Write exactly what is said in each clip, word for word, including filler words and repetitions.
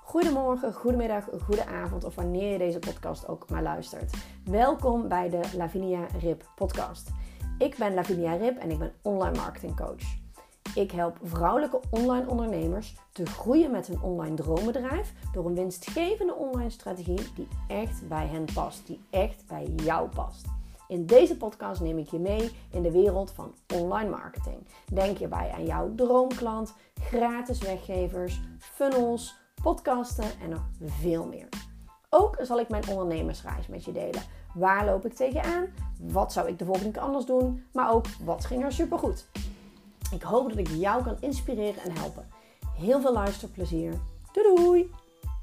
Goedemorgen, goedemiddag, goedenavond of wanneer je deze podcast ook maar luistert. Welkom bij de Lavinia Rip podcast. Ik ben Lavinia Rip en ik ben online marketing coach. Ik help vrouwelijke online ondernemers te groeien met hun online droombedrijf door een winstgevende online strategie die echt bij hen past, die echt bij jou past. In deze podcast neem ik je mee in de wereld van online marketing. Denk hierbij aan jouw droomklant, gratis weggevers, funnels, podcasten en nog veel meer. Ook zal ik mijn ondernemersreis met je delen. Waar loop ik tegenaan? Wat zou ik de volgende keer anders doen? Maar ook, wat ging er supergoed? Ik hoop dat ik jou kan inspireren en helpen. Heel veel luisterplezier. Doei doei!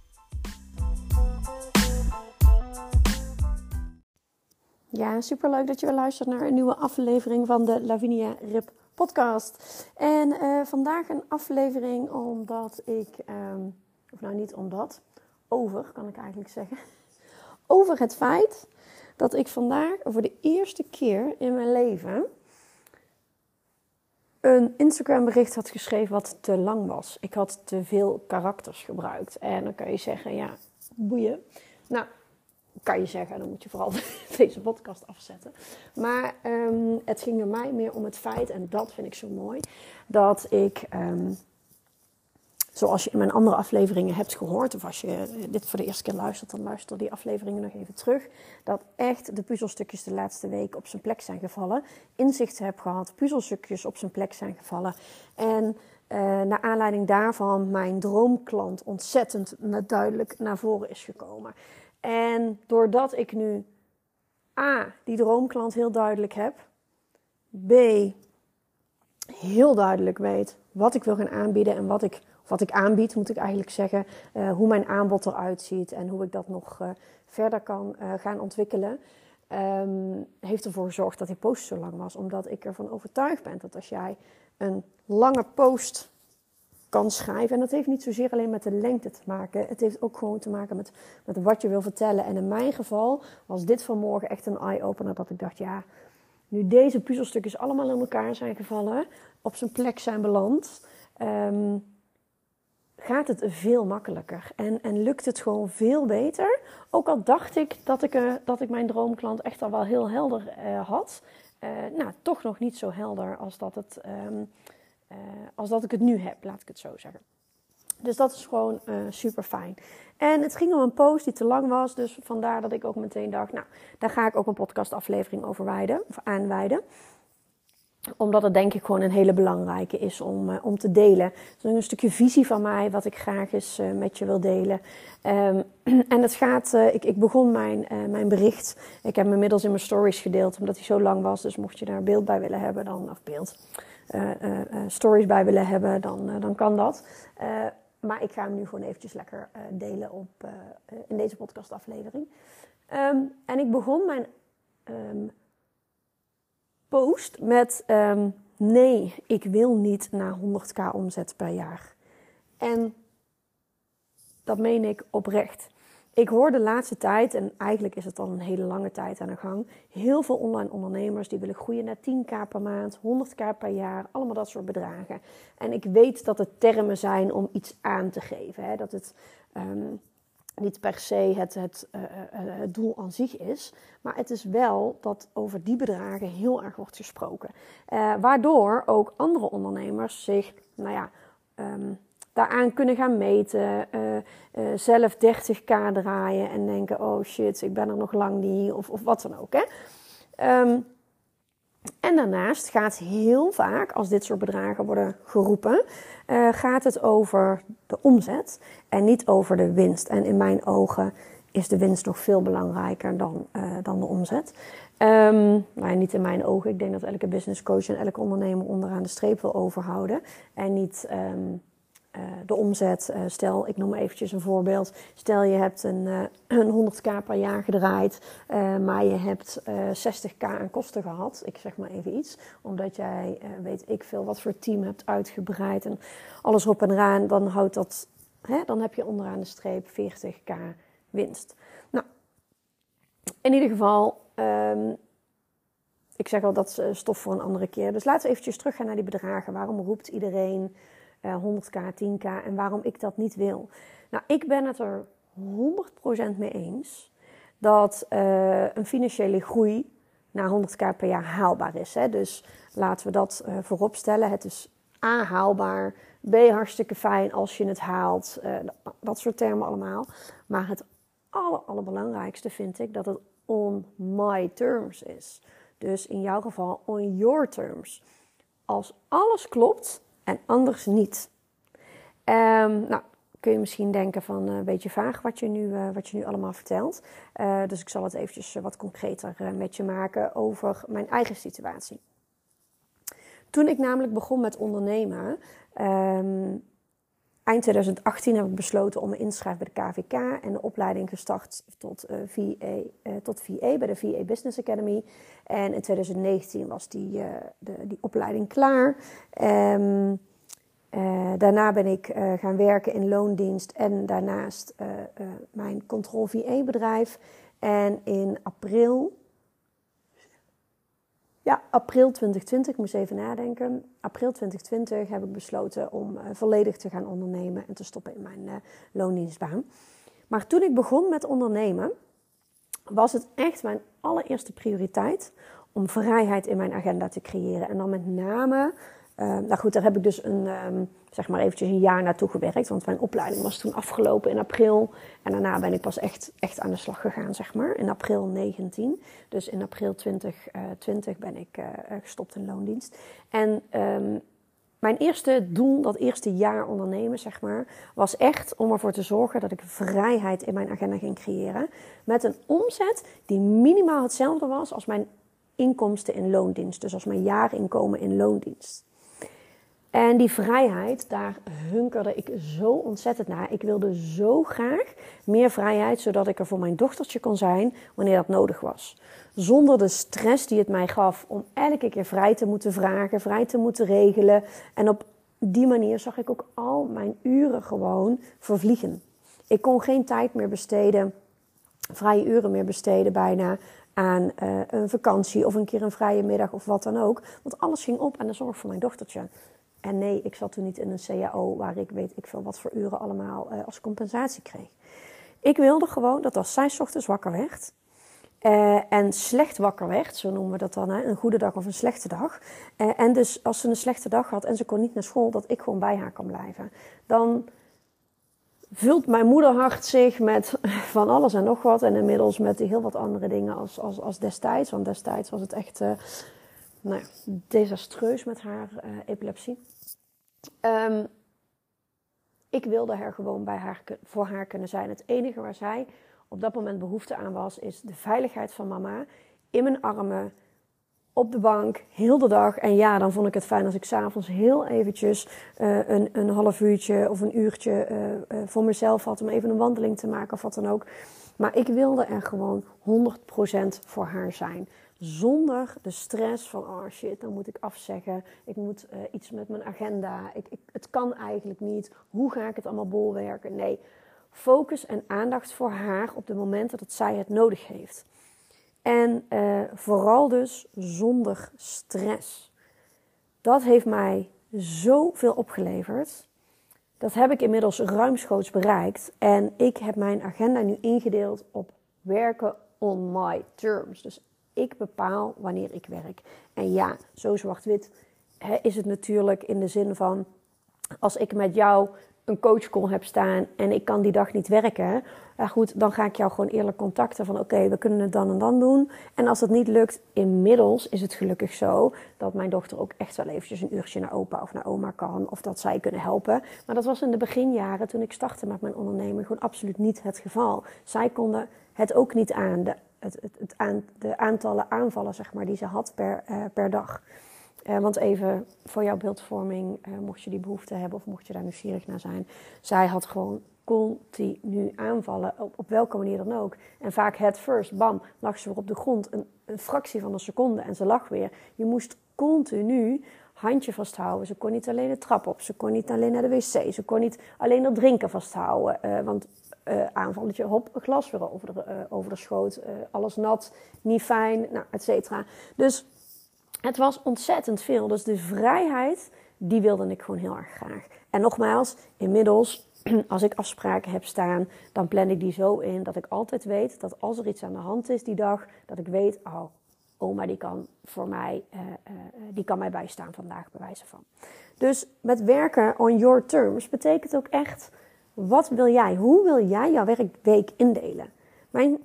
Ja, superleuk dat je weer luistert naar een nieuwe aflevering van de Lavinia Rip podcast. En uh, vandaag een aflevering omdat ik, um, of nou niet omdat, over kan ik eigenlijk zeggen. Over het feit dat ik vandaag voor de eerste keer in mijn leven een Instagram bericht had geschreven wat te lang was. Ik had te veel karakters gebruikt. En dan kan je zeggen, ja, boeien. Nou, kan je zeggen, dan moet je vooral deze podcast afzetten. Maar um, het ging er mij meer om het feit, en dat vind ik zo mooi, dat ik, um, zoals je in mijn andere afleveringen hebt gehoord, of als je dit voor de eerste keer luistert, dan luister die afleveringen nog even terug, dat echt de puzzelstukjes de laatste week op zijn plek zijn gevallen. Inzichten heb gehad, puzzelstukjes op zijn plek zijn gevallen. En uh, naar aanleiding daarvan mijn droomklant ontzettend duidelijk naar voren is gekomen. En doordat ik nu A, die droomklant heel duidelijk heb, B, heel duidelijk weet wat ik wil gaan aanbieden en wat ik, wat ik aanbied, moet ik eigenlijk zeggen, uh, hoe mijn aanbod eruit ziet en hoe ik dat nog uh, verder kan uh, gaan ontwikkelen, um, heeft ervoor gezorgd dat die post zo lang was. Omdat ik ervan overtuigd ben dat als jij een lange post kan schrijven. En dat heeft niet zozeer alleen met de lengte te maken. Het heeft ook gewoon te maken met, met wat je wil vertellen. En in mijn geval was dit vanmorgen echt een eye-opener. Dat ik dacht, ja, nu deze puzzelstukjes allemaal in elkaar zijn gevallen, op zijn plek zijn beland, um, gaat het veel makkelijker. En, en lukt het gewoon veel beter. Ook al dacht ik dat ik, uh, dat ik mijn droomklant echt al wel heel helder uh, had. Uh, nou, toch nog niet zo helder als dat het Um, Uh, als dat ik het nu heb, laat ik het zo zeggen. Dus dat is gewoon uh, super fijn. En het ging om een post die te lang was. Dus vandaar dat ik ook meteen dacht, nou, daar ga ik ook een podcastaflevering over wijden, of aanwijden. Omdat het denk ik gewoon een hele belangrijke is om, uh, om te delen. Het is een stukje visie van mij wat ik graag eens uh, met je wil delen. Um, en het gaat, uh, ik, ik begon mijn, uh, mijn bericht. Ik heb hem inmiddels in mijn stories gedeeld, omdat hij zo lang was. Dus mocht je daar beeld bij willen hebben, dan, of beeld... Uh, uh, uh, stories bij willen hebben, dan, uh, dan kan dat. Uh, maar ik ga hem nu gewoon eventjes lekker uh, delen op, uh, uh, in deze podcastaflevering. Um, en ik begon mijn um, post met um, nee, ik wil niet naar honderdduizend omzet per jaar. En dat meen ik oprecht. Ik hoor de laatste tijd, en eigenlijk is het al een hele lange tijd aan de gang, heel veel online ondernemers die willen groeien naar tienduizend per maand, honderdduizend per jaar, allemaal dat soort bedragen. En ik weet dat het termen zijn om iets aan te geven, hè? Dat het um, niet per se het, het, uh, uh, het doel aan zich is, maar het is wel dat over die bedragen heel erg wordt gesproken. Uh, waardoor ook andere ondernemers zich, nou ja, Um, daaraan kunnen gaan meten, uh, uh, zelf dertigduizend draaien en denken, oh shit, ik ben er nog lang niet, of, of wat dan ook. Hè? Um, en daarnaast gaat heel vaak, als dit soort bedragen worden geroepen, uh, gaat het over de omzet en niet over de winst. En in mijn ogen is de winst nog veel belangrijker dan, uh, dan de omzet. Um, nou ja, niet in mijn ogen. Ik denk dat elke business coach en elke ondernemer onderaan de streep wil overhouden. En niet Um, Uh, de omzet, uh, stel, ik noem eventjes een voorbeeld. Stel je hebt een, uh, een honderdduizend per jaar gedraaid, uh, maar je hebt uh, zestigduizend aan kosten gehad. Ik zeg maar even iets, omdat jij, uh, weet ik veel, wat voor team hebt uitgebreid en alles op en eraan. Dan houdt dat, hè, dan heb je onderaan de streep veertigduizend winst. Nou, in ieder geval, um, ik zeg al, dat is stof voor een andere keer. Dus laten we eventjes teruggaan naar die bedragen. Waarom roept iedereen uh, honderd k, tien k en waarom ik dat niet wil. Nou, ik ben het er honderd procent mee eens dat uh, een financiële groei naar honderd k per jaar haalbaar is. Hè? Dus laten we dat uh, voorop stellen. Het is A, haalbaar, B, hartstikke fijn als je het haalt. Uh, dat, dat soort termen allemaal. Maar het aller, allerbelangrijkste vind ik dat het on my terms is. Dus in jouw geval on your terms. Als alles klopt en anders niet. Um, nou, kun je misschien denken van een uh, beetje vaag wat je nu, uh, wat je nu allemaal vertelt. Uh, dus ik zal het eventjes uh, wat concreter uh, met je maken over mijn eigen situatie. Toen ik namelijk begon met ondernemen, um, eind twintig achttien heb ik besloten om me in te schrijven bij de K V K en de opleiding gestart tot, uh, V A, uh, tot V A bij de V A Business Academy. En in twintig negentien was die, uh, de, die opleiding klaar. Um, Uh, daarna ben ik uh, gaan werken in loondienst en daarnaast uh, uh, mijn Control V A bedrijf. En in april, ja, april twintig twintig, ik moest even nadenken. April twintig twintig heb ik besloten om uh, volledig te gaan ondernemen en te stoppen in mijn uh, loondienstbaan. Maar toen ik begon met ondernemen, was het echt mijn allereerste prioriteit om vrijheid in mijn agenda te creëren. En dan met name... Uh, nou goed, daar heb ik dus een, um, zeg maar eventjes een jaar naartoe gewerkt. Want mijn opleiding was toen afgelopen in april. En daarna ben ik pas echt, echt aan de slag gegaan, zeg maar. In april negentien. Dus in april twintig twintig ben ik uh, gestopt in loondienst. En um, mijn eerste doel, dat eerste jaar ondernemen, zeg maar, was echt om ervoor te zorgen dat ik vrijheid in mijn agenda ging creëren. Met een omzet die minimaal hetzelfde was als mijn inkomsten in loondienst. Dus als mijn jaarinkomen in loondienst. En die vrijheid, daar hunkerde ik zo ontzettend naar. Ik wilde zo graag meer vrijheid, zodat ik er voor mijn dochtertje kon zijn wanneer dat nodig was. Zonder de stress die het mij gaf om elke keer vrij te moeten vragen, vrij te moeten regelen. En op die manier zag ik ook al mijn uren gewoon vervliegen. Ik kon geen tijd meer besteden, vrije uren meer besteden bijna aan uh, een vakantie of een keer een vrije middag of wat dan ook. Want alles ging op aan de zorg voor mijn dochtertje. En nee, ik zat toen niet in een C A O waar ik weet ik veel wat voor uren allemaal uh, als compensatie kreeg. Ik wilde gewoon dat als zij 's ochtends wakker werd uh, en slecht wakker werd, zo noemen we dat dan, hè, een goede dag of een slechte dag. Uh, en dus als ze een slechte dag had en ze kon niet naar school, dat ik gewoon bij haar kan blijven. Dan vult mijn moederhart zich met van alles en nog wat. En inmiddels met heel wat andere dingen als, als, als destijds. Want destijds was het echt uh, nou ja, desastreus met haar uh, epilepsie. Um, ik wilde er gewoon bij haar, voor haar kunnen zijn. Het enige waar zij op dat moment behoefte aan was, is de veiligheid van mama in mijn armen, op de bank, heel de dag. En ja, dan vond ik het fijn als ik 's avonds heel eventjes uh, een, een half uurtje of een uurtje uh, uh, voor mezelf had om even een wandeling te maken of wat dan ook. Maar ik wilde er gewoon honderd procent voor haar zijn. Zonder de stress van, oh shit, dan moet ik afzeggen. Ik moet uh, iets met mijn agenda. Ik, ik, het kan eigenlijk niet. Hoe ga ik het allemaal bolwerken? Nee, focus en aandacht voor haar op de momenten dat zij het nodig heeft. En uh, vooral dus zonder stress. Dat heeft mij zoveel opgeleverd. Dat heb ik inmiddels ruimschoots bereikt. En ik heb mijn agenda nu ingedeeld op werken on my terms. Dus ik bepaal wanneer ik werk. En ja, zo zwart-wit hè, is het natuurlijk in de zin van, als ik met jou een coachcall heb staan en ik kan die dag niet werken, ja goed, dan ga ik jou gewoon eerlijk contacten van oké, okay, we kunnen het dan en dan doen. En als dat niet lukt, inmiddels is het gelukkig zo dat mijn dochter ook echt wel eventjes een uurtje naar opa of naar oma kan, of dat zij kunnen helpen. Maar dat was in de beginjaren, toen ik startte met mijn onderneming, gewoon absoluut niet het geval. Zij konden het ook niet aan, de, het, het, het aan, de aantallen aanvallen zeg maar, die ze had per, uh, per dag. Uh, want even voor jouw beeldvorming, uh, mocht je die behoefte hebben of mocht je daar nieuwsgierig naar zijn. Zij had gewoon continu aanvallen, op, op welke manier dan ook. En vaak head first, bam, lag ze weer op de grond. Een, een fractie van een seconde en ze lag weer. Je moest continu handje vasthouden. Ze kon niet alleen de trap op, ze kon niet alleen naar de wc. Ze kon niet alleen dat drinken vasthouden. Uh, want uh, aanvalletje, hop, een glas weer over de, uh, over de schoot. Uh, alles nat, niet fijn, nou, et cetera. Dus het was ontzettend veel. Dus de vrijheid die wilde ik gewoon heel erg graag. En nogmaals, inmiddels, als ik afspraken heb staan, dan plan ik die zo in dat ik altijd weet dat als er iets aan de hand is die dag, dat ik weet, oh, oma die kan voor mij, uh, uh, die kan mij bijstaan vandaag, bij wijze van. Dus met werken on your terms betekent ook echt, wat wil jij? Hoe wil jij jouw werkweek indelen? Mijn,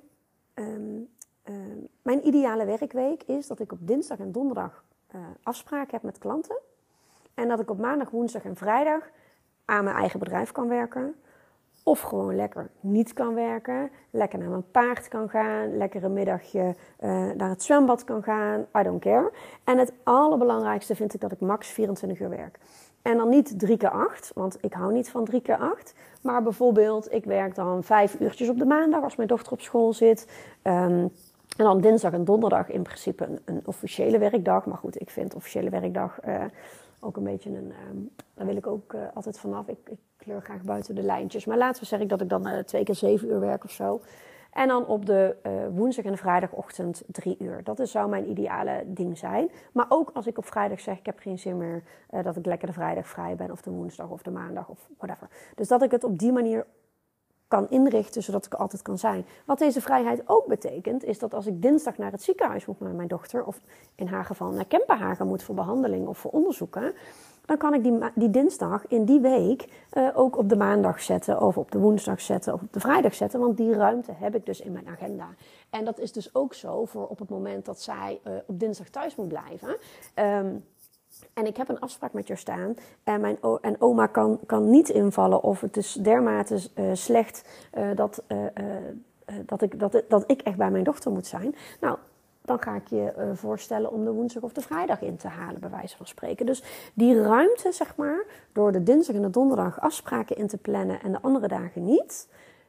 um, um, mijn ideale werkweek is dat ik op dinsdag en donderdag uh, afspraken heb met klanten. En dat ik op maandag, woensdag en vrijdag aan mijn eigen bedrijf kan werken. Of gewoon lekker niet kan werken. Lekker naar mijn paard kan gaan. Lekker een middagje uh, naar het zwembad kan gaan. I don't care. En het allerbelangrijkste vind ik dat ik max vierentwintig uur werk. En dan niet drie keer acht, want ik hou niet van drie keer acht. Maar bijvoorbeeld, ik werk dan vijf uurtjes op de maandag als mijn dochter op school zit. Um, en dan dinsdag en donderdag in principe een, een officiële werkdag. Maar goed, ik vind officiële werkdag uh, ook een beetje een... Um, daar wil ik ook uh, altijd vanaf. Ik, ik kleur graag buiten de lijntjes. Maar laten we zeggen dat ik dan uh, twee keer zeven uur werk of zo. En dan op de uh, woensdag en de vrijdagochtend drie uur. Dat is, zou mijn ideale ding zijn. Maar ook als ik op vrijdag zeg, ik heb geen zin meer, uh, dat ik lekker de vrijdag vrij ben. Of de woensdag of de maandag of whatever. Dus dat ik het op die manier kan inrichten, zodat ik er altijd kan zijn. Wat deze vrijheid ook betekent, is dat als ik dinsdag naar het ziekenhuis moet met mijn dochter, of in haar geval naar Kempenhagen moet voor behandeling of voor onderzoeken, dan kan ik die, die dinsdag in die week uh, ook op de maandag zetten, of op de woensdag zetten, of op de vrijdag zetten, want die ruimte heb ik dus in mijn agenda. En dat is dus ook zo voor op het moment dat zij uh, op dinsdag thuis moet blijven. Um, En ik heb een afspraak met jou staan en, mijn o- en oma kan, kan niet invallen of het is dermate uh, slecht uh, dat, uh, uh, dat, ik, dat, dat ik echt bij mijn dochter moet zijn. Nou, dan ga ik je uh, voorstellen om de woensdag of de vrijdag in te halen, bij wijze van spreken. Dus die ruimte, zeg maar, door de dinsdag en de donderdag afspraken in te plannen en de andere dagen niet,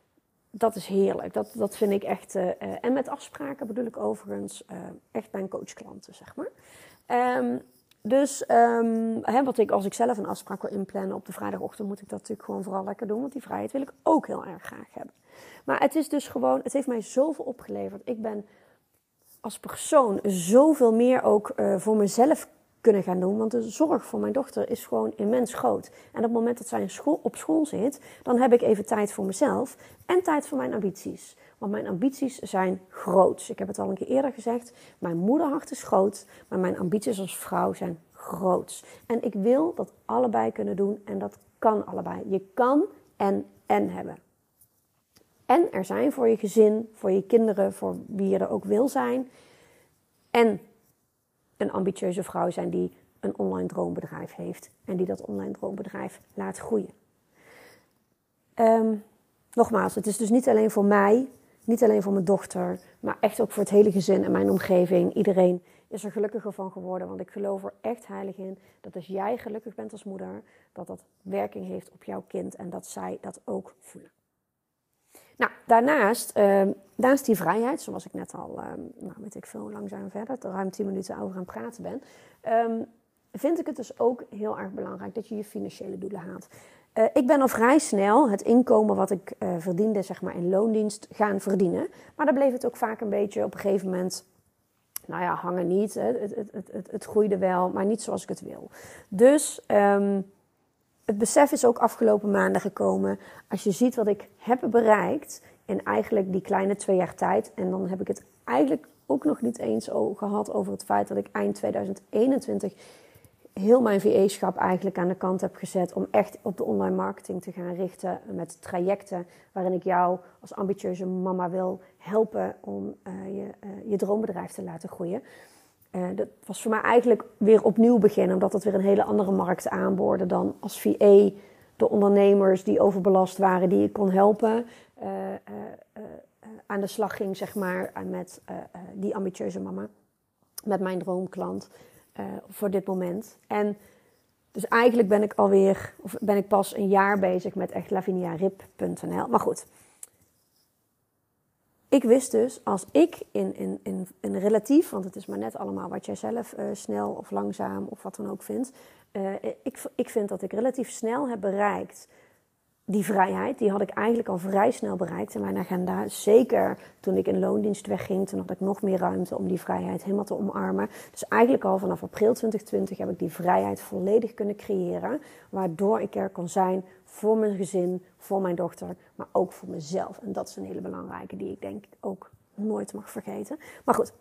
dat is heerlijk. Dat, dat vind ik echt. Uh, uh, en met afspraken bedoel ik overigens uh, echt mijn coachklanten, zeg maar. Um, Dus um, hè, wat ik, als ik zelf een afspraak wil inplannen op de vrijdagochtend, moet ik dat natuurlijk gewoon vooral lekker doen. Want die vrijheid wil ik ook heel erg graag hebben. Maar het is dus gewoon, het heeft mij zoveel opgeleverd. Ik ben als persoon zoveel meer ook uh, voor mezelf kunnen gaan doen. Want de zorg voor mijn dochter is gewoon immens groot. En op het moment dat zij in school, op school zit, dan heb ik even tijd voor mezelf en tijd voor mijn ambities. Want mijn ambities zijn groot. Ik heb het al een keer eerder gezegd. Mijn moederhart is groot, maar mijn ambities als vrouw zijn groot. En ik wil dat allebei kunnen doen en dat kan allebei. Je kan en en hebben. En er zijn voor je gezin, voor je kinderen, voor wie je er ook wil zijn. En een ambitieuze vrouw zijn die een online droombedrijf heeft. En die dat online droombedrijf laat groeien. Um, nogmaals, het is dus niet alleen voor mij, niet alleen voor mijn dochter, maar echt ook voor het hele gezin en mijn omgeving. Iedereen is er gelukkiger van geworden, want ik geloof er echt heilig in dat als jij gelukkig bent als moeder, dat dat werking heeft op jouw kind en dat zij dat ook voelen. Nou, daarnaast, uh, naast die vrijheid, zoals ik net al, uh, nou weet ik veel, langzaam verder, er ruim tien minuten over aan het praten ben, um, vind ik het dus ook heel erg belangrijk dat je je financiële doelen haalt. Uh, ik ben al vrij snel het inkomen wat ik uh, verdiende, zeg maar in loondienst, gaan verdienen. Maar dan bleef het ook vaak een beetje op een gegeven moment, nou ja, hangen niet. Hè. Het, het, het, het, het groeide wel, maar niet zoals ik het wil. Dus um, het besef is ook afgelopen maanden gekomen. Als je ziet wat ik heb bereikt in eigenlijk die kleine twee jaar tijd. En dan heb ik het eigenlijk ook nog niet eens gehad over het feit dat ik eind tweeduizend eenentwintig heel mijn V E-schap eigenlijk aan de kant heb gezet om echt op de online marketing te gaan richten met trajecten waarin ik jou als ambitieuze mama wil helpen om uh, je, uh, je droombedrijf te laten groeien. Uh, dat was voor mij eigenlijk weer opnieuw beginnen, omdat het weer een hele andere markt aanboorde dan als V E de ondernemers die overbelast waren, die ik kon helpen, uh, uh, uh, uh, aan de slag ging, zeg maar, met uh, uh, die ambitieuze mama, met mijn droomklant. Uh, voor dit moment. En dus eigenlijk ben ik alweer, of ben ik pas een jaar bezig met echt laviniarip punt n l. Maar goed. Ik wist dus, als ik in, in, in, in relatief, want het is maar net allemaal wat jij zelf uh, snel of langzaam of wat dan ook vindt. Uh, ik, ik vind dat ik relatief snel heb bereikt die vrijheid, die had ik eigenlijk al vrij snel bereikt in mijn agenda. Zeker toen ik in loondienst wegging, toen had ik nog meer ruimte om die vrijheid helemaal te omarmen. Dus eigenlijk al vanaf april twintig twintig heb ik die vrijheid volledig kunnen creëren. Waardoor ik er kon zijn voor mijn gezin, voor mijn dochter, maar ook voor mezelf. En dat is een hele belangrijke die ik denk ook nooit mag vergeten. Maar goed,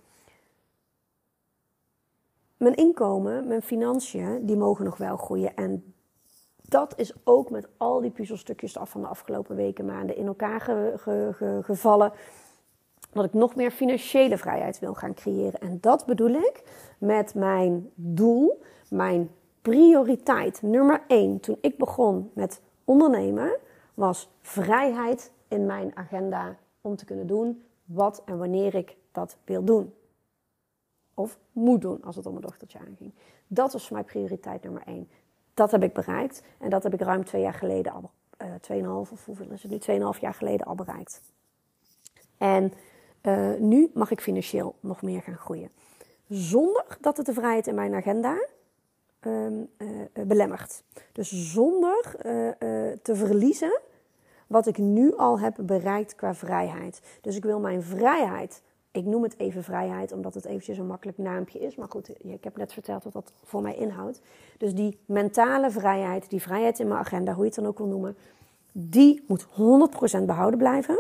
mijn inkomen, mijn financiën, die mogen nog wel groeien. En dat is ook met al die puzzelstukjes af van de afgelopen weken, maanden in elkaar ge, ge, ge, gevallen. Dat ik nog meer financiële vrijheid wil gaan creëren. En dat bedoel ik met mijn doel, mijn prioriteit nummer één. Toen ik begon met ondernemen, was vrijheid in mijn agenda om te kunnen doen wat en wanneer ik dat wil doen. Of moet doen als het om mijn dochtertje aanging. Dat was voor mij prioriteit nummer één. Dat heb ik bereikt. En dat heb ik ruim twee jaar geleden al, uh, tweeënhalf of hoeveel is het nu? Tweeënhalf jaar geleden al bereikt. En uh, nu mag ik financieel nog meer gaan groeien. Zonder dat het de vrijheid in mijn agenda um, uh, uh, belemmert. Dus zonder uh, uh, te verliezen wat ik nu al heb bereikt qua vrijheid. Dus ik wil mijn vrijheid, ik noem het even vrijheid, omdat het eventjes een makkelijk naampje is. Maar goed, ik heb net verteld wat dat voor mij inhoudt. Dus die mentale vrijheid, die vrijheid in mijn agenda, hoe je het dan ook wil noemen, die moet honderd procent behouden blijven.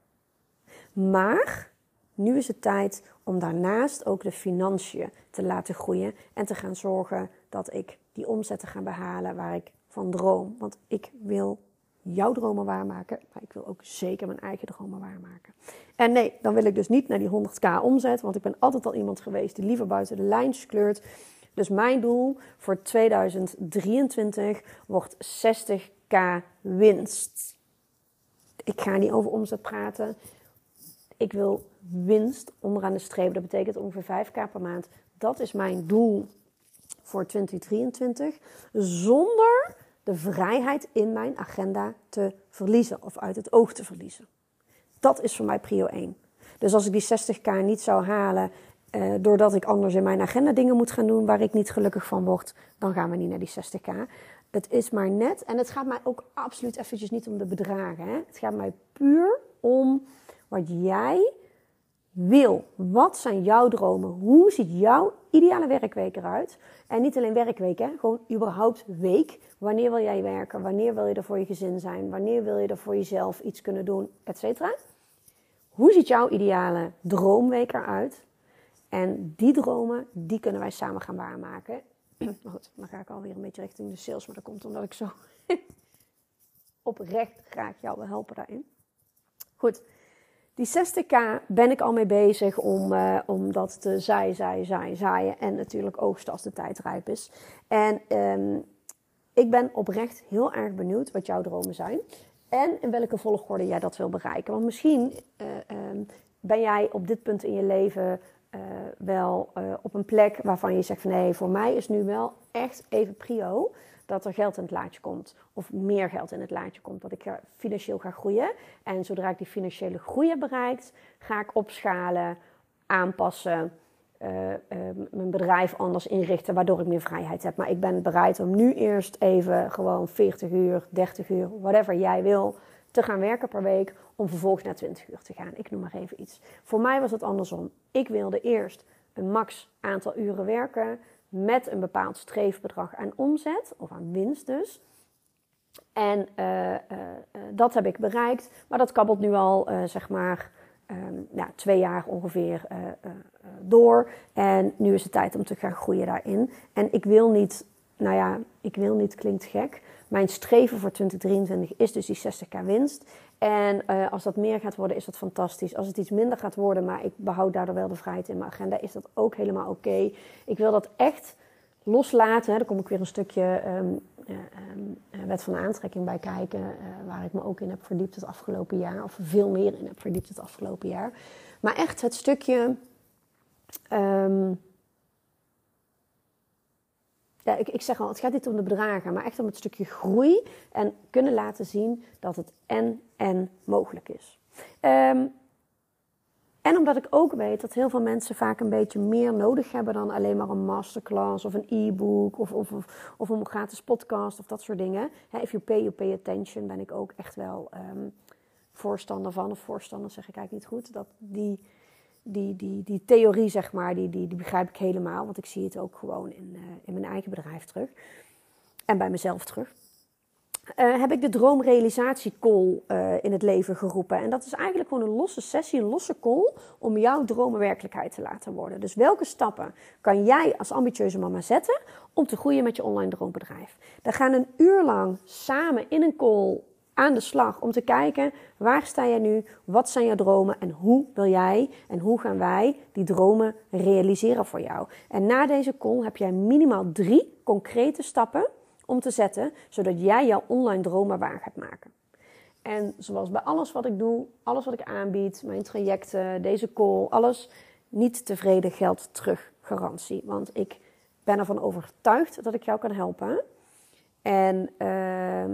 Maar nu is het tijd om daarnaast ook de financiën te laten groeien en te gaan zorgen dat ik die omzetten ga behalen waar ik van droom. Want ik wil jouw dromen waarmaken, maar ik wil ook zeker mijn eigen dromen waarmaken. En nee, dan wil ik dus niet naar die honderdduizend omzet, want ik ben altijd al iemand geweest die liever buiten de lijntjes kleurt. Dus mijn doel voor tweeduizend drieëntwintig wordt zestigduizend winst. Ik ga niet over omzet praten. Ik wil winst onderaan de streep. Dat betekent ongeveer vijfduizend per maand. Dat is mijn doel voor twintig drieëntwintig. Zonder de vrijheid in mijn agenda te verliezen of uit het oog te verliezen. Dat is voor mij prio één. Dus als ik die zestigduizend niet zou halen, eh, doordat ik anders in mijn agenda dingen moet gaan doen waar ik niet gelukkig van word, dan gaan we niet naar die zestigduizend. Het is maar net, en het gaat mij ook absoluut eventjes niet om de bedragen. Hè? Het gaat mij puur om wat jij wil. Wat zijn jouw dromen? Hoe ziet jouw ideale werkweek eruit? En niet alleen werkweek, hè? Gewoon überhaupt week. Wanneer wil jij werken? Wanneer wil je er voor je gezin zijn? Wanneer wil je er voor jezelf iets kunnen doen? Etcetera. Hoe ziet jouw ideale droomweek eruit? En die dromen, die kunnen wij samen gaan waarmaken. Maar goed, dan ga ik alweer een beetje richting de sales. Maar dat komt omdat ik zo oprecht graag jou wil helpen daarin. Goed. Die zestigduizend ben ik al mee bezig om, uh, om dat te zaaien, zaaien, zaaien, zaaien. En natuurlijk oogsten als de tijd rijp is. En um, ik ben oprecht heel erg benieuwd wat jouw dromen zijn. En in welke volgorde jij dat wil bereiken. Want misschien uh, um, ben jij op dit punt in je leven uh, wel uh, op een plek waarvan je zegt van nee, voor mij is nu wel echt even prio dat er geld in het laadje komt. Of meer geld in het laadje komt. Dat ik financieel ga groeien. En zodra ik die financiële groei heb bereikt, ga ik opschalen, aanpassen, uh, uh, mijn bedrijf anders inrichten, waardoor ik meer vrijheid heb. Maar ik ben bereid om nu eerst even gewoon veertig uur, dertig uur, whatever jij wil, te gaan werken per week, om vervolgens naar twintig uur te gaan. Ik noem maar even iets. Voor mij was het andersom. Ik wilde eerst een max aantal uren werken met een bepaald streefbedrag aan omzet, of aan winst dus. En uh, uh, uh, dat heb ik bereikt. Maar dat kabbelt nu al, uh, zeg maar, um, ja, twee jaar ongeveer uh, uh, uh, door. En nu is het tijd om te gaan groeien daarin. En ik wil niet, nou ja, ik wil niet, klinkt gek. Mijn streven voor twintig drieëntwintig is dus die zestigduizend winst. En uh, als dat meer gaat worden, is dat fantastisch. Als het iets minder gaat worden, maar ik behoud daardoor wel de vrijheid in mijn agenda, is dat ook helemaal oké. Okay. Ik wil dat echt loslaten. Hè. Daar kom ik weer een stukje um, uh, um, wet van aantrekking bij kijken, uh, waar ik me ook in heb verdiept het afgelopen jaar. Of veel meer in heb verdiept het afgelopen jaar. Maar echt het stukje Um, Ja, ik, ik zeg al, het gaat niet om de bedragen, maar echt om het stukje groei en kunnen laten zien dat het en en mogelijk is. Um, En omdat ik ook weet dat heel veel mensen vaak een beetje meer nodig hebben dan alleen maar een masterclass of een e-book of, of, of, of een gratis podcast of dat soort dingen. If you pay, you pay attention, ben ik ook echt wel um, voorstander van. Of voorstander zeg ik eigenlijk niet goed. Dat die, die, die, die theorie, zeg maar, die, die, die begrijp ik helemaal. Want ik zie het ook gewoon in, uh, in mijn eigen bedrijf terug. En bij mezelf terug. Uh, heb ik de droomrealisatiecall uh, in het leven geroepen. En dat is eigenlijk gewoon een losse sessie, een losse call om jouw dromen werkelijkheid te laten worden. Dus welke stappen kan jij als ambitieuze mama zetten om te groeien met je online droombedrijf? We gaan een uur lang samen in een call aan de slag om te kijken waar sta jij nu, wat zijn jouw dromen en hoe wil jij en hoe gaan wij die dromen realiseren voor jou. En na deze call heb jij minimaal drie concrete stappen om te zetten, zodat jij jouw online dromen waar gaat maken. En zoals bij alles wat ik doe, alles wat ik aanbied, mijn trajecten, deze call, alles, niet tevreden geldt terug garantie. Want ik ben ervan overtuigd dat ik jou kan helpen. En uh,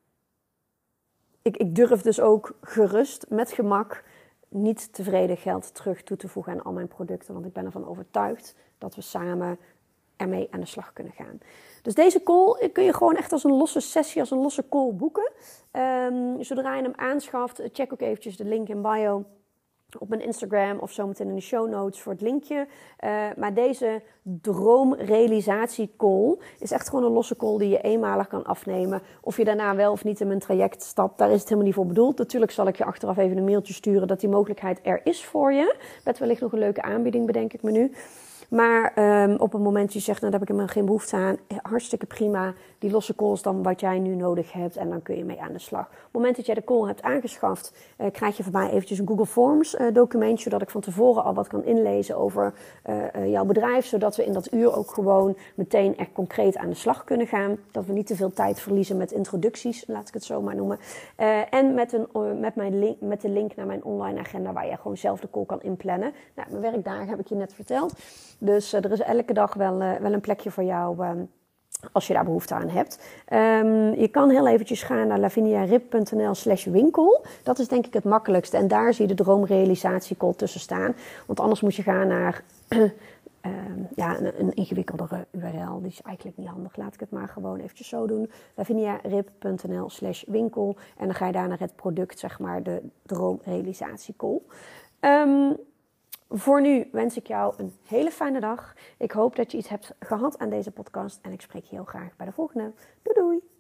ik, ik durf dus ook gerust, met gemak, niet tevreden geld terug toe te voegen aan al mijn producten. Want ik ben ervan overtuigd dat we samen ermee aan de slag kunnen gaan. Dus deze call kun je gewoon echt als een losse sessie, als een losse call boeken. Um, zodra je hem aanschaft, check ook eventjes de link in bio op mijn Instagram of zometeen in de show notes voor het linkje. Uh, maar deze droomrealisatie-call is echt gewoon een losse call die je eenmalig kan afnemen. Of je daarna wel of niet in mijn traject stapt, daar is het helemaal niet voor bedoeld. Natuurlijk zal ik je achteraf even een mailtje sturen dat die mogelijkheid er is voor je. Met wellicht nog een leuke aanbieding, bedenk ik me nu. Maar um, op het moment dat je zegt, nou, daar heb ik helemaal geen behoefte aan, hartstikke prima. Die losse calls dan wat jij nu nodig hebt en dan kun je mee aan de slag. Op het moment dat jij de call hebt aangeschaft, uh, krijg je van mij eventjes een Google Forms uh, documentje, zodat ik van tevoren al wat kan inlezen over uh, uh, jouw bedrijf, zodat we in dat uur ook gewoon meteen echt concreet aan de slag kunnen gaan. Dat we niet te veel tijd verliezen met introducties, laat ik het zo maar noemen. Uh, en met, een, uh, met, mijn link, met de link naar mijn online agenda, waar je gewoon zelf de call kan inplannen. Nou, mijn werkdagen heb ik je net verteld. Dus uh, er is elke dag wel, uh, wel een plekje voor jou um, als je daar behoefte aan hebt. Um, je kan heel eventjes gaan naar laviniarip.nl slash winkel. Dat is denk ik het makkelijkste. En daar zie je de droomrealisatiecall tussen staan. Want anders moet je gaan naar uh, ja, een, een ingewikkeldere U R L. Die is eigenlijk niet handig. Laat ik het maar gewoon eventjes zo doen. laviniarip.nl slash winkel. En dan ga je daar naar het product, zeg maar, de droomrealisatiecall. Um, Voor nu wens ik jou een hele fijne dag. Ik hoop dat je iets hebt gehad aan deze podcast. En ik spreek je heel graag bij de volgende. Doei doei!